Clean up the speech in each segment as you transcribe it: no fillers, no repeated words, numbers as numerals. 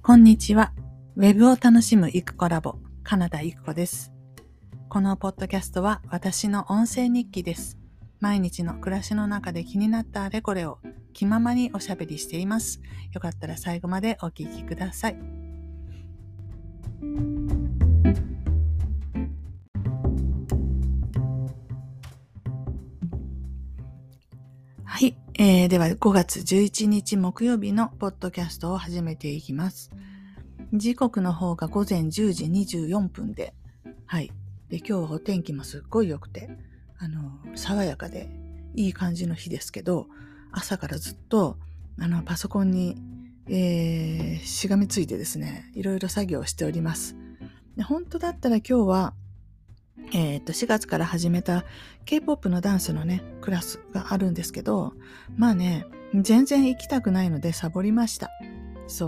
こんにちは。ウェブを楽しむイクコラボ、カナダイクコです。このポッドキャストは私の音声日記です。毎日の暮らしの中で気になったあれこれを気ままにおしゃべりしています。よかったら最後までお聞きください。はい、では5月11日木曜日のポッドキャストを始めていきます。時刻の方が午前10時24分で、はい。で、今日はお天気もすっごい良くて、爽やかでいい感じの日ですけど、朝からずっと、パソコンに、しがみついてですね、いろいろ作業をしております。で、本当だったら今日は、4月から始めた K-POP のダンスのね、クラスがあるんですけど、まあね、全然行きたくないのでサボりました。そう。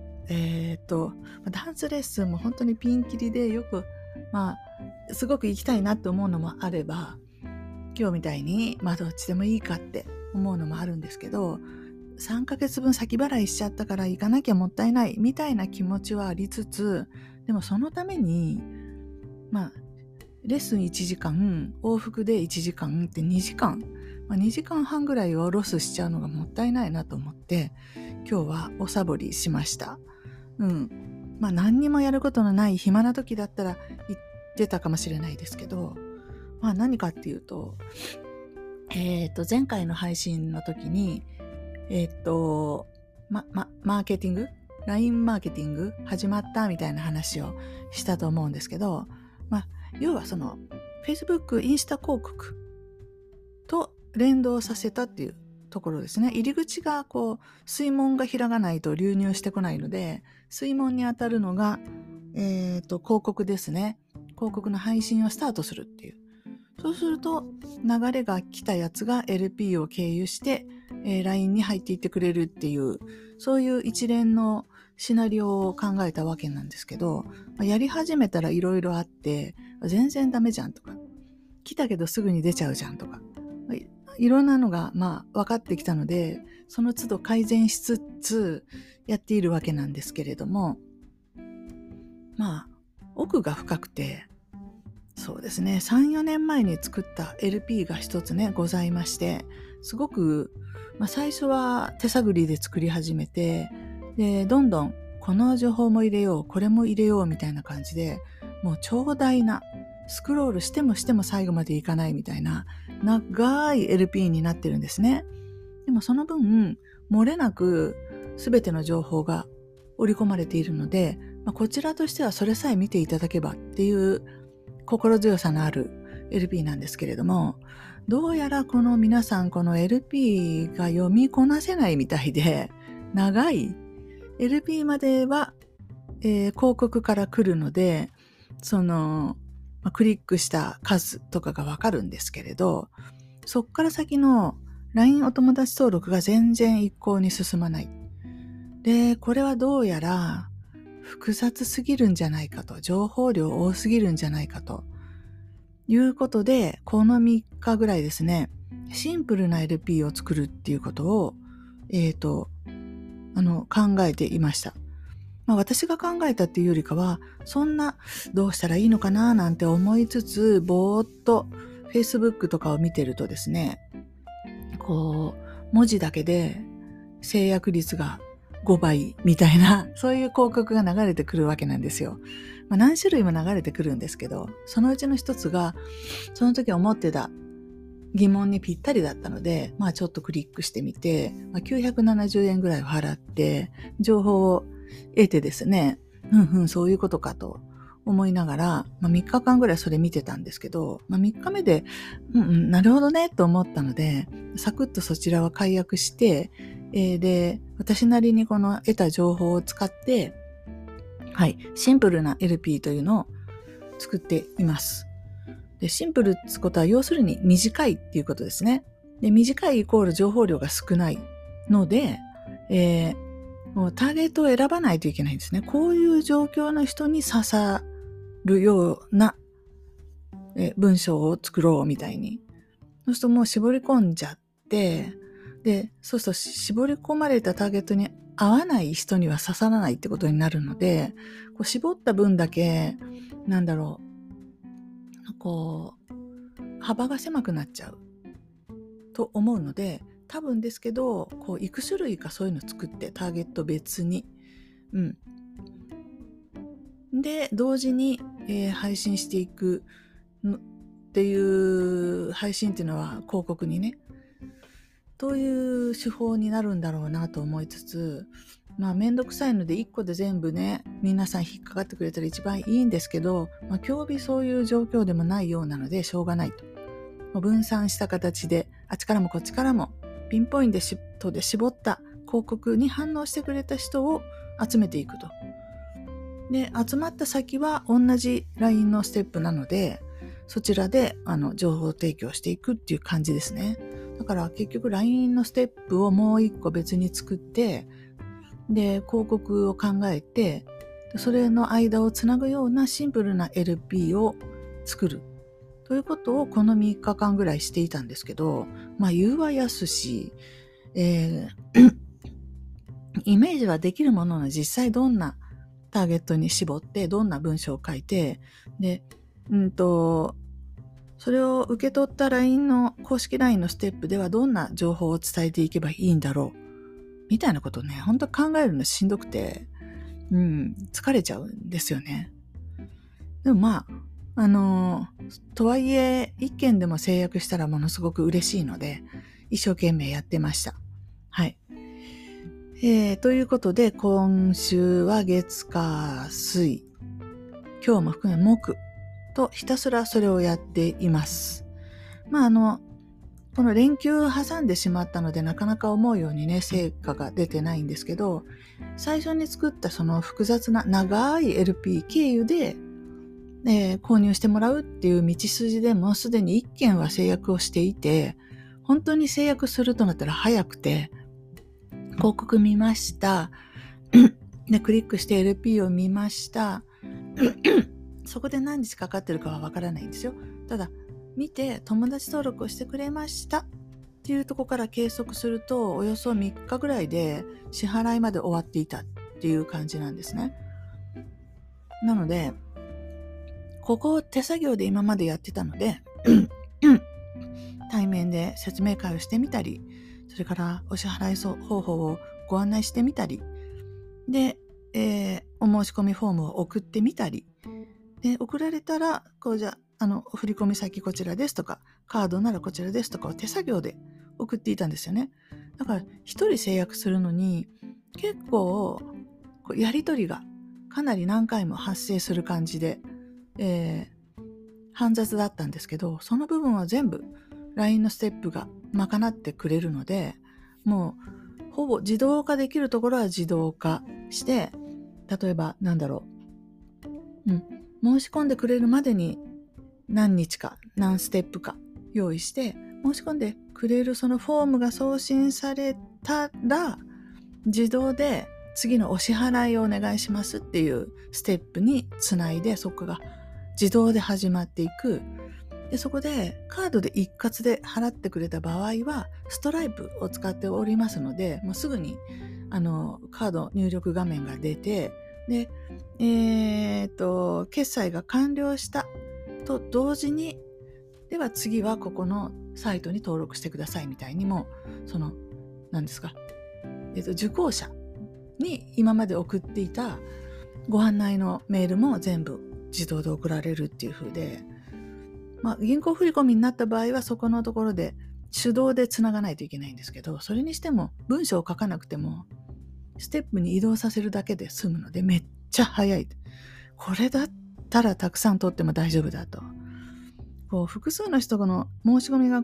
ダンスレッスンも本当にピンキリでよく、すごく行きたいなって思うのもあれば、今日みたいに、どっちでもいいかって思うのもあるんですけど、3ヶ月分先払いしちゃったから行かなきゃもったいないみたいな気持ちはありつつ、でもそのために、レッスン1時間、往復で1時間って2時間、2時間半ぐらいをロスしちゃうのがもったいないなと思って、今日はおサボりしました。何にもやることのない暇な時だったら行ってたかもしれないですけど、何かっていうと、前回の配信の時に、マーケティング LINE マーケティング始まったみたいな話をしたと思うんですけど、要はその Facebook、インスタ広告と連動させたっていうところですね。入り口が水門が開かないと流入してこないので、水門に当たるのが、広告ですね。広告の配信をスタートするっていう。そうすると流れが来たやつが LP を経由して、LINE に入っていってくれるっていう、そういう一連のシナリオを考えたわけなんですけど、やり始めたらいろいろあって、全然ダメじゃんとか、来たけどすぐに出ちゃうじゃんとか、いろんなのが分かってきたので、その都度改善しつつやっているわけなんですけれども、奥が深くて、そうですね、3、4年前に作った LP が一つね、ございまして、すごく、最初は手探りで作り始めて、で、どんどんこの情報も入れよう、これも入れようみたいな感じで、もう長大な、スクロールしても最後までいかないみたいな、長い LP になってるんですね。でもその分、漏れなく全ての情報が織り込まれているので、こちらとしてはそれさえ見ていただけばっていう心強さのある LP なんですけれども、どうやら皆さんこの LP が読みこなせないみたいで、長い LP までは、広告から来るので、クリックした数とかがわかるんですけれど、そっから先の LINE お友達登録が全然一向に進まない。で、これはどうやら複雑すぎるんじゃないかと、情報量多すぎるんじゃないかということで、この3日ぐらいですね、シンプルな LP を作るっていうことを、考えていました。私が考えたっていうよりかは、そんなどうしたらいいのかななんて思いつつ、ぼーっと Facebook とかを見てるとですね、文字だけで制約率が5倍みたいな、そういう広告が流れてくるわけなんですよ。何種類も流れてくるんですけど、そのうちの一つが、その時思ってた疑問にぴったりだったので、ちょっとクリックしてみて、970円ぐらいを払って、情報を得てですね、そういうことかと思いながら、3日間ぐらいそれ見てたんですけど、3日目で、なるほどねと思ったので、サクッとそちらは解約して、で、私なりにこの得た情報を使って、シンプルな LP というのを作っています。で、シンプルってことは要するに短いっていうことですね。で、短いイコール情報量が少ないので、もうターゲットを選ばないといけないんですね。こういう状況の人に刺さるような文章を作ろうみたいに。そうするともう絞り込んじゃって、 で、そうすると絞り込まれたターゲットに合わない人には刺さらないってことになるので、こう絞った分だけ、幅が狭くなっちゃうと思うので、多分ですけど、いく種類かそういうの作って、ターゲット別に。で、同時に、配信していくっていう配信っていうのは広告にね、という手法になるんだろうなと思いつつ、めんどくさいので1個で全部ね、皆さん引っかかってくれたら一番いいんですけど、今日そういう状況でもないようなのでしょうがないと。分散した形で、あっちからもこっちからもピンポイントで絞った広告に反応してくれた人を集めていくと。で、集まった先は同じ LINE のステップなので、そちらで情報提供していくっていう感じですね。だから結局 LINE のステップをもう一個別に作って、で、広告を考えて、それの間をつなぐようなシンプルな LP を作るということをこの3日間ぐらいしていたんですけど、言うはやすし、イメージはできるものの実際どんなターゲットに絞ってどんな文章を書いて、で、それを受け取った公式 LINE のステップではどんな情報を伝えていけばいいんだろうみたいなことをね、本当考えるのしんどくて、疲れちゃうんですよね。でもとはいえ一件でも制約したらものすごく嬉しいので一生懸命やってました。はい。ということで今週は月火水、今日も含め木とひたすらそれをやっています。この連休挟んでしまったのでなかなか思うようにね成果が出てないんですけど、最初に作ったその複雑な長い LP 経由で、購入してもらうっていう道筋でもすでに1件は制約をしていて、本当に制約するとなったら早くて、広告見ましたでクリックして LP を見ましたそこで何日かかってるかはわからないんですよ。ただ見て友達登録をしてくれましたっていうところから計測するとおよそ3日ぐらいで支払いまで終わっていたっていう感じなんですね。なのでここを手作業で今までやってたので対面で説明会をしてみたり、それからお支払い方法をご案内してみたりで、お申し込みフォームを送ってみたりで、送られたら振込先こちらですとかカードならこちらですとかを手作業で送っていたんですよね。だから一人制約するのに結構やり取りがかなり何回も発生する感じで、煩雑だったんですけど、その部分は全部 LINE のステップが賄ってくれるので、もうほぼ自動化できるところは自動化して、例えば申し込んでくれるまでに何日か何ステップか用意して申し込んでくれるそのフォームが送信されたら自動で次のお支払いをお願いしますっていうステップにつないで、そこが自動で始まっていく。でそこでカードで一括で払ってくれた場合はストライプを使っておりますので、もうすぐにカード入力画面が出て、で決済が完了したと同時に、では次はここのサイトに登録してくださいみたいにも、受講者に今まで送っていたご案内のメールも全部自動で送られるっていう風で、銀行振込になった場合はそこのところで手動でつながないといけないんですけど、それにしても文章を書かなくてもステップに移動させるだけで済むのでめっちゃ早い。これだったらたくさん取っても大丈夫だと。複数の人の申し込みが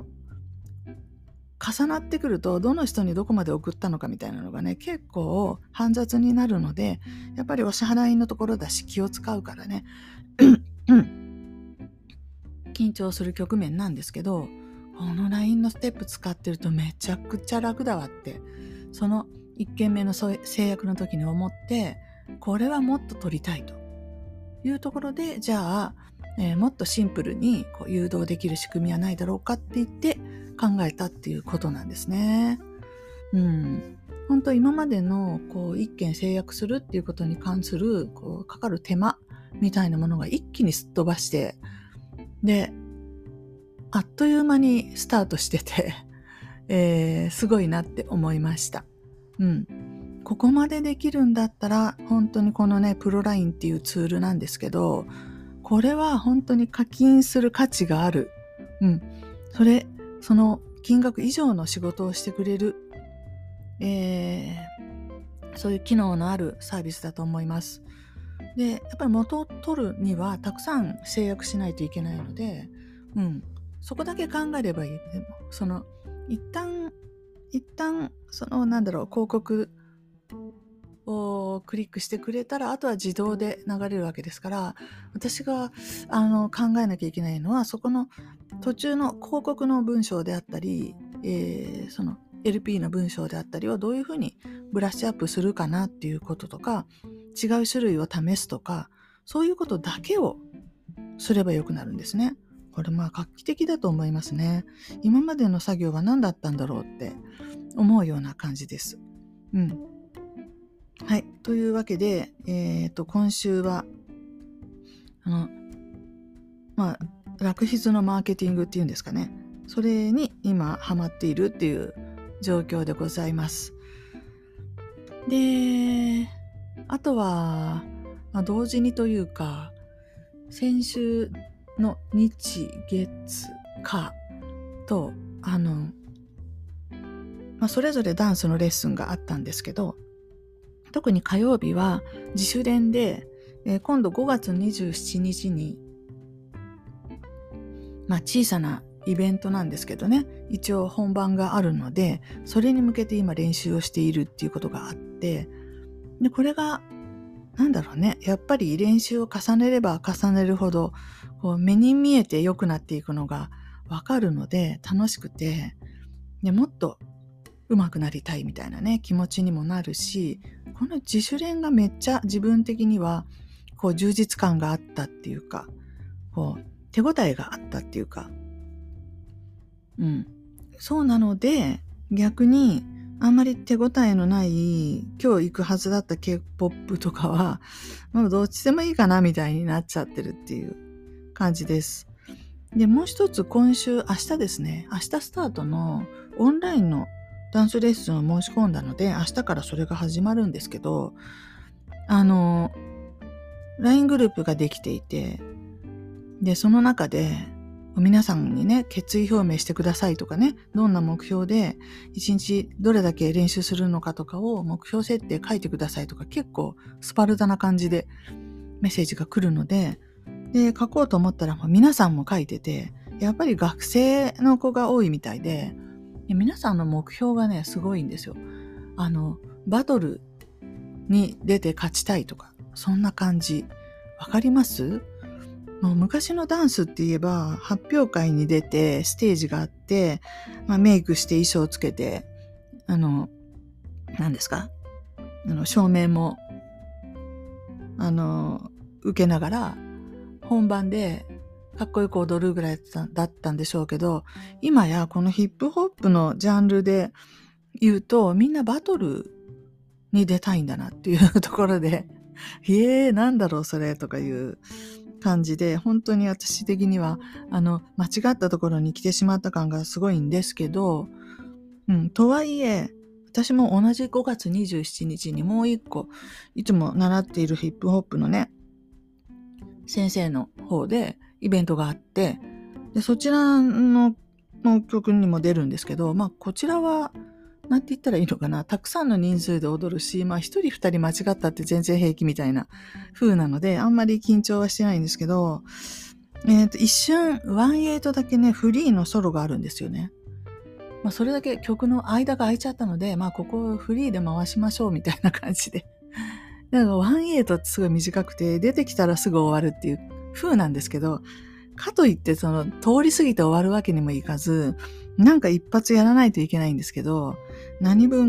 重なってくると、どの人にどこまで送ったのかみたいなのがね、結構煩雑になるので、やっぱりお支払いのところだし気を使うからね緊張する局面なんですけど、この LINE のステップ使ってるとめちゃくちゃ楽だわって、その1件目の制約の時に思って、これはもっと取りたいというところで、じゃあ、もっとシンプルに誘導できる仕組みはないだろうかって言って考えたっていうことなんですね。本当今までの一件制約するっていうことに関するかかる手間みたいなものが一気にすっ飛ばして、であっという間にスタートしてて、すごいなって思いました。ここまでできるんだったら本当にこのねプロラインっていうツールなんですけど、これは本当に課金する価値がある。その金額以上の仕事をしてくれる、そういう機能のあるサービスだと思います。で、やっぱり元を取るにはたくさん制約しないといけないので、そこだけ考えればいい。その一旦その広告をクリックしてくれたらあとは自動で流れるわけですから、私が考えなきゃいけないのはそこの途中の広告の文章であったり、その LP の文章であったりをどういうふうにブラッシュアップするかなっていうこととか、違う種類を試すとか、そういうことだけをすればよくなるんですね。これ画期的だと思いますね。今までの作業は何だったんだろうって思うような感じです。はい。というわけで、今週は楽筆のマーケティングっていうんですかね。それに今ハマっているっていう状況でございます。で、あとは、同時にというか、先週の日月火とそれぞれダンスのレッスンがあったんですけど、特に火曜日は自主練で、今度5月27日に小さなイベントなんですけどね、一応本番があるので、それに向けて今練習をしているっていうことがあって、でこれがやっぱり練習を重ねれば重ねるほど目に見えて良くなっていくのがわかるので楽しくて、でもっと上手くなりたいみたいなね気持ちにもなるし、この自主練がめっちゃ自分的には充実感があったっていうか、手応えがあったっていうか、そうなので逆にあんまり手応えのない今日行くはずだった K-POP とかはどっちでもいいかなみたいになっちゃってるっていう感じです。で、もう一つ明日ですね、明日スタートのオンラインのダンスレッスンを申し込んだので、明日からそれが始まるんですけど、LINE グループができていて、で、その中で皆さんにね、決意表明してくださいとかね、どんな目標で一日どれだけ練習するのかとかを目標設定書いてくださいとか、結構スパルタな感じでメッセージが来るので、書こうと思ったら皆さんも書いてて、やっぱり学生の子が多いみたいで、皆さんの目標がね、すごいんですよ。バトルに出て勝ちたいとか、そんな感じ。わかります？もう昔のダンスって言えば、発表会に出て、ステージがあって、メイクして衣装つけて、何ですか？照明も、受けながら、本番でかっこよく踊るぐらいだったんでしょうけど、今やこのヒップホップのジャンルで言うと、みんなバトルに出たいんだなっていうところで、なんだろうそれとかいう感じで、本当に私的には間違ったところに来てしまった感がすごいんですけど、とはいえ私も同じ5月27日にもう一個いつも習っているヒップホップのね先生の方でイベントがあって、でそちらの曲にも出るんですけど、こちらはなんて言ったらいいのかな、たくさんの人数で踊るし、一人二人間違ったって全然平気みたいな風なので、あんまり緊張はしてないんですけど、一瞬1-8だけねフリーのソロがあるんですよね。それだけ曲の間が空いちゃったので、ここフリーで回しましょうみたいな感じで、だから1-8ってすごい短くて出てきたらすぐ終わるっていう風なんですけど、かといって通り過ぎて終わるわけにもいかず、一発やらないといけないんですけど、何分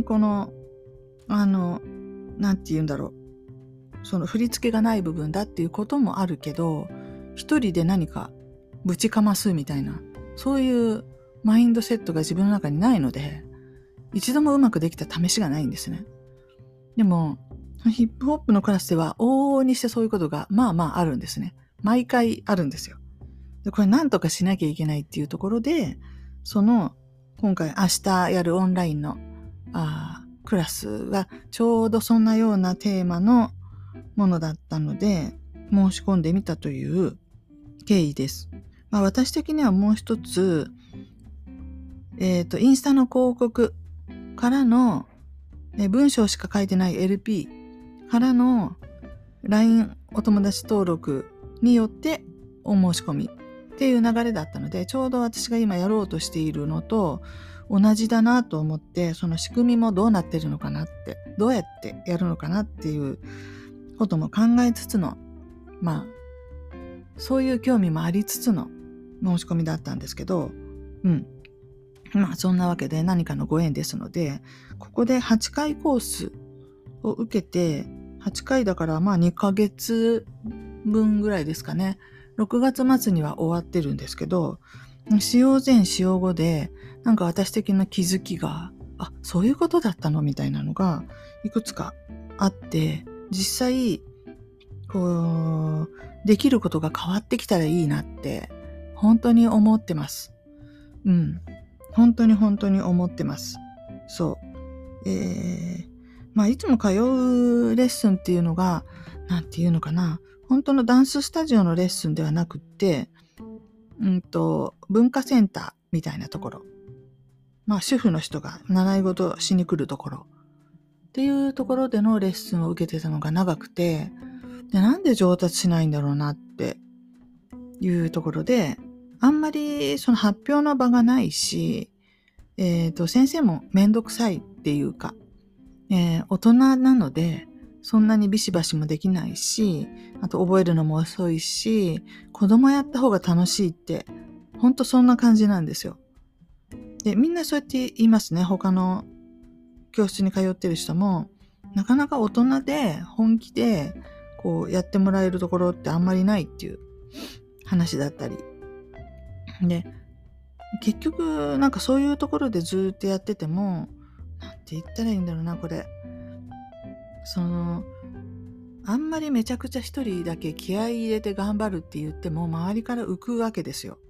なんて言うんだろう、その振り付けがない部分だっていうこともあるけど、一人で何かぶちかますみたいな、そういうマインドセットが自分の中にないので、一度もうまくできた試しがないんですね。でも、ヒップホップのクラスでは往々にしてそういうことがまあまああるんですね。毎回あるんですよ。で、これ何とかしなきゃいけないっていうところで、今回明日やるオンラインのクラスがちょうどそんなようなテーマのものだったので、申し込んでみたという経緯です。私的にはもう一つ、インスタの広告からの、文章しか書いてない LP からの LINE お友達登録によってお申し込みっていう流れだったので、ちょうど私が今やろうとしているのと同じだなと思って、その仕組みもどうなってるのかなって、どうやってやるのかなっていうことも考えつつの、そういう興味もありつつの申し込みだったんですけど、そんなわけで何かのご縁ですので、ここで8回コースを受けて、8回だから2ヶ月分ぐらいですかね。6月末には終わってるんですけど、使用前使用後で、なんか私的な気づきが、そういうことだったのみたいなのがいくつかあって、実際、できることが変わってきたらいいなって、本当に思ってます。本当に思ってます。そう。いつも通うレッスンっていうのが、なんていうのかな。本当のダンススタジオのレッスンではなくって、文化センターみたいなところ。主婦の人が習い事しに来るところ。っていうところでのレッスンを受けてたのが長くて、で、なんで上達しないんだろうなっていうところで、あんまりその発表の場がないし、先生もめんどくさいっていうか、大人なので、そんなにビシバシもできないし、あと覚えるのも遅いし、子供やった方が楽しいって、ほんとそんな感じなんですよ。で、みんなそうやって言いますね。他の教室に通ってる人も、なかなか大人で本気でやってもらえるところってあんまりないっていう話だったり。で、結局なんかそういうところでずっとやってても、なんて言ったらいいんだろうな、これ。あんまりめちゃくちゃ一人だけ気合い入れて頑張るって言っても周りから浮くわけですよ。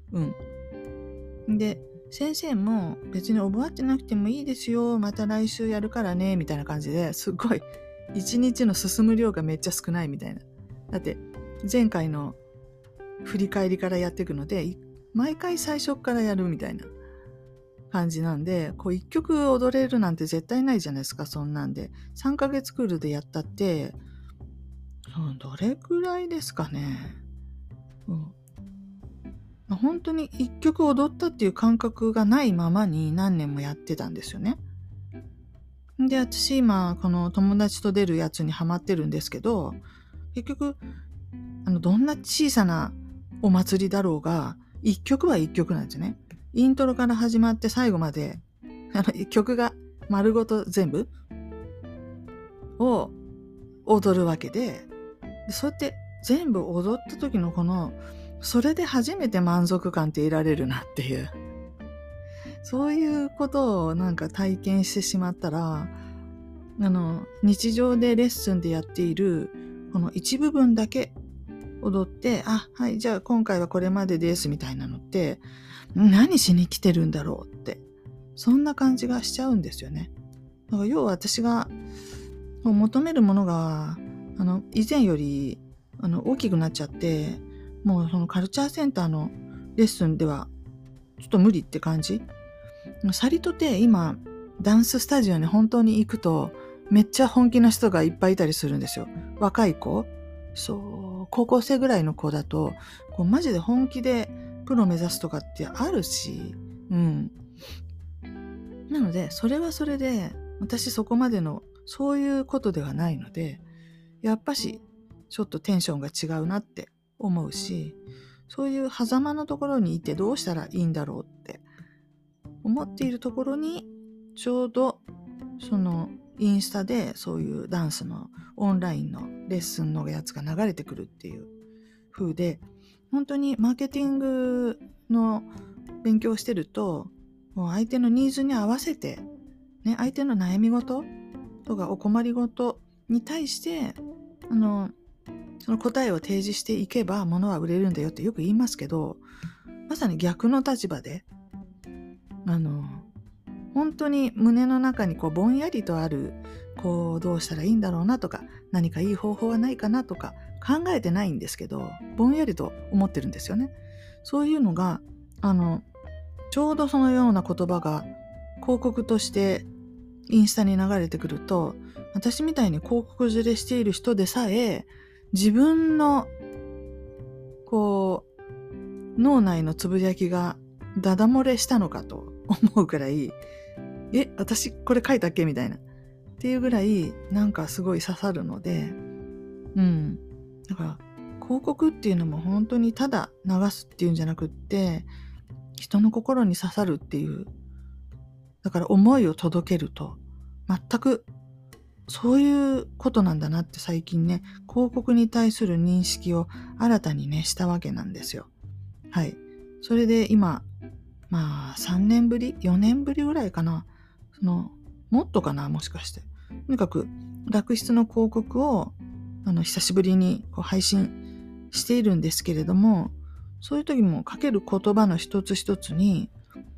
で、先生も別に覚えてなくてもいいですよ、また来週やるからね、みたいな感じですごい一日の進む量がめっちゃ少ないみたいな。だって前回の振り返りからやっていくので、毎回最初からやるみたいな感じなんで、一曲踊れるなんて絶対ないじゃないですか、そんなんで。3ヶ月クールでやったって、どれくらいですかね。本当に一曲踊ったっていう感覚がないままに何年もやってたんですよね。で、私今、この友達と出るやつにハマってるんですけど、結局、どんな小さなお祭りだろうが、一曲は一曲なんですよね。イントロから始まって最後まで、曲が丸ごと全部を踊るわけで、そうやって全部踊った時のそれで初めて満足感って得られるなっていう。そういうことをなんか体験してしまったら、日常でレッスンでやっている、この一部分だけ踊って、はい、じゃあ今回はこれまでですみたいなのって、何しに来てるんだろうって、そんな感じがしちゃうんですよね。だから要は私が求めるものが、以前より、大きくなっちゃって、もうそのカルチャーセンターのレッスンでは、ちょっと無理って感じ。さりとて今、ダンススタジオに本当に行くと、めっちゃ本気の人がいっぱいいたりするんですよ。若い子、高校生ぐらいの子だと、マジで本気でプロ目指すとかってあるし、なので、それはそれで、私そこまでの、そういうことではないので、やっぱし、ちょっとテンションが違うなって思うし、そういう狭間のところにいてどうしたらいいんだろうって思っているところに、ちょうどそのインスタでそういうダンスのオンラインのレッスンのやつが流れてくるっていう風で、本当にマーケティングの勉強してると、もう相手のニーズに合わせて、ね、相手の悩み事とかお困りごとに対してその答えを提示していけば物は売れるんだよってよく言いますけど、まさに逆の立場で本当に胸の中にぼんやりとあるどうしたらいいんだろうなとか、何かいい方法はないかなとか考えてないんですけど、ぼんやりと思ってるんですよね。そういうのがちょうどそのような言葉が広告としてインスタに流れてくると、私みたいに広告ずれしている人でさえ自分の脳内のつぶやきがダダ漏れしたのかと思うくらい、私これ書いたっけみたいなっていうぐらいすごい刺さるので、だから広告っていうのも本当にただ流すっていうんじゃなくって、人の心に刺さるっていう、だから思いを届けると全くそういうことなんだなって最近ね、広告に対する認識を新たにねしたわけなんですよ。はい。それで今3年ぶり4年ぶりぐらいかな、もっとかな、もしかして、とにかく楽室の広告を久しぶりに配信しているんですけれども、そういう時もかける言葉の一つ一つに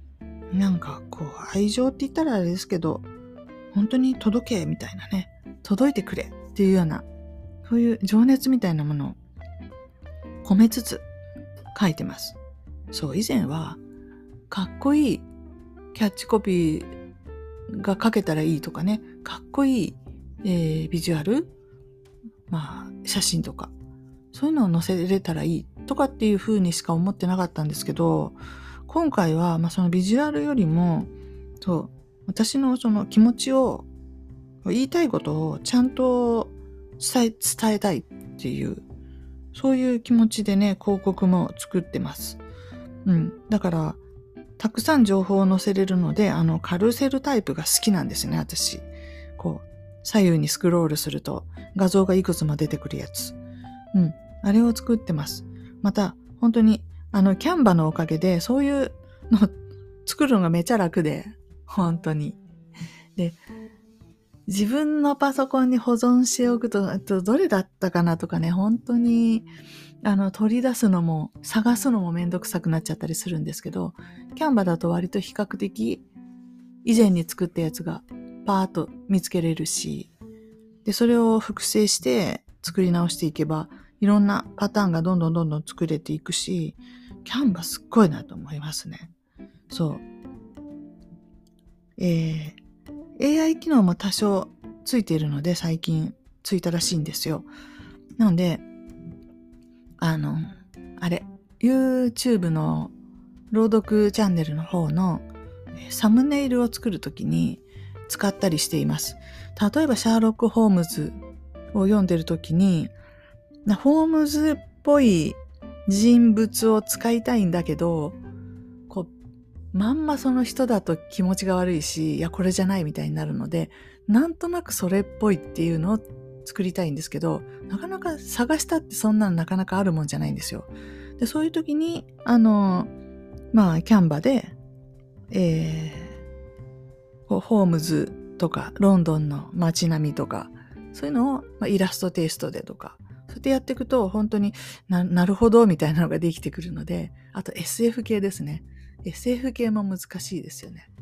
愛情って言ったらあれですけど、本当に届けみたいなね、届いてくれっていうような、そういう情熱みたいなものを込めつつ書いてます。そう、以前はかっこいいキャッチコピーが書けたらいいとかね、かっこいい、ビジュアル、写真とかそういうのを載せれたらいいとかっていう風にしか思ってなかったんですけど、今回はそのビジュアルよりも私のその気持ちを、言いたいことをちゃんと伝えたいっていう、そういう気持ちでね、広告も作ってます。だからたくさん情報を載せれるので、カルセルタイプが好きなんですね、私。左右にスクロールすると画像がいくつも出てくるやつ。あれを作ってます。また本当にキャンバのおかげでそういうの作るのがめちゃ楽で、本当に。で、自分のパソコンに保存しておくと、どれだったかなとかね、本当に取り出すのも探すのもめんどくさくなっちゃったりするんですけど、キャンバだと割と比較的以前に作ったやつがパーッと見つけれるし、でそれを複製して作り直していけば、いろんなパターンがどんどん作れていくし、キャンバすっごいなと思いますね。そう。AI 機能も多少ついているので、最近ついたらしいんですよ。なので、YouTube の朗読チャンネルの方のサムネイルを作るときに使ったりしています。例えばシャーロック・ホームズを読んでるときに、ホームズっぽい人物を使いたいんだけど、まんまその人だと気持ちが悪いし、いやこれじゃないみたいになるので、なんとなくそれっぽいっていうのを作りたいんですけど、なかなか探したってそんなのなかなかあるもんじゃないんですよ。でそういう時にキャンバで、ホームズとかロンドンの街並みとか、そういうのを、イラストテイストでとか、そうやってやっていくと本当に なるほどみたいなのができてくるので、あと SF 系ですね。SF 系も難しいですよね。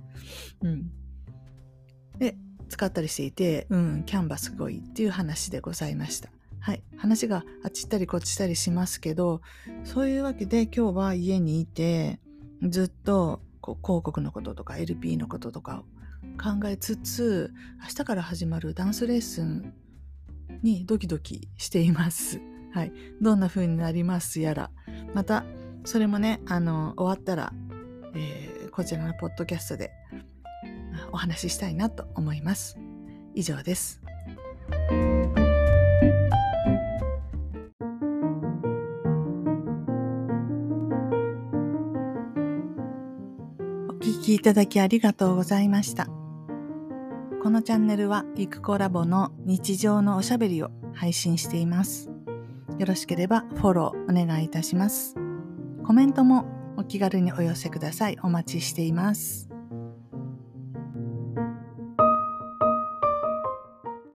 で使ったりしていて、キャンバすごいっていう話でございました。はい、話があっちったりこっちったりしますけど、そういうわけで今日は家にいてずっと広告のこととか LP のこととかを考えつつ、明日から始まるダンスレッスンにドキドキしています。はい、どんな風になりますやら、またそれもね、終わったら、こちらのポッドキャストでお話ししたいなと思います。以上です。お聞きいただきありがとうございました。このチャンネルはゆくこラボの日常のおしゃべりを配信しています。よろしければフォローお願いいたします。コメントもお気軽にお寄せください。お待ちしています。